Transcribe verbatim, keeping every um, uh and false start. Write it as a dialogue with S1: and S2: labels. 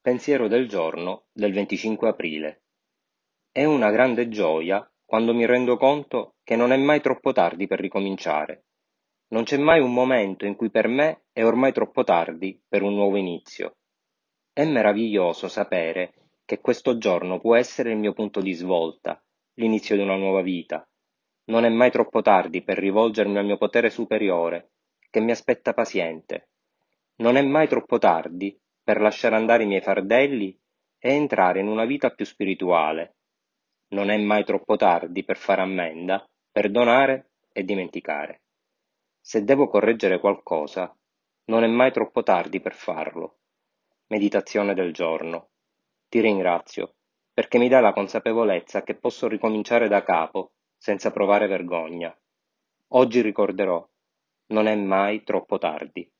S1: Pensiero del giorno del venticinque aprile. È una grande gioia quando mi rendo conto che non è mai troppo tardi per ricominciare. Non c'è mai un momento in cui per me è ormai troppo tardi per un nuovo inizio. È meraviglioso sapere che questo giorno può essere il mio punto di svolta, l'inizio di una nuova vita. Non è mai troppo tardi per rivolgermi al mio potere superiore, che mi aspetta paziente. Non è mai troppo tardi per lasciare andare i miei fardelli e entrare in una vita più spirituale. Non è mai troppo tardi per fare ammenda, perdonare e dimenticare. Se devo correggere qualcosa, non è mai troppo tardi per farlo. Meditazione del giorno. Ti ringrazio, perché mi dà la consapevolezza che posso ricominciare da capo, senza provare vergogna. Oggi ricorderò, non è mai troppo tardi.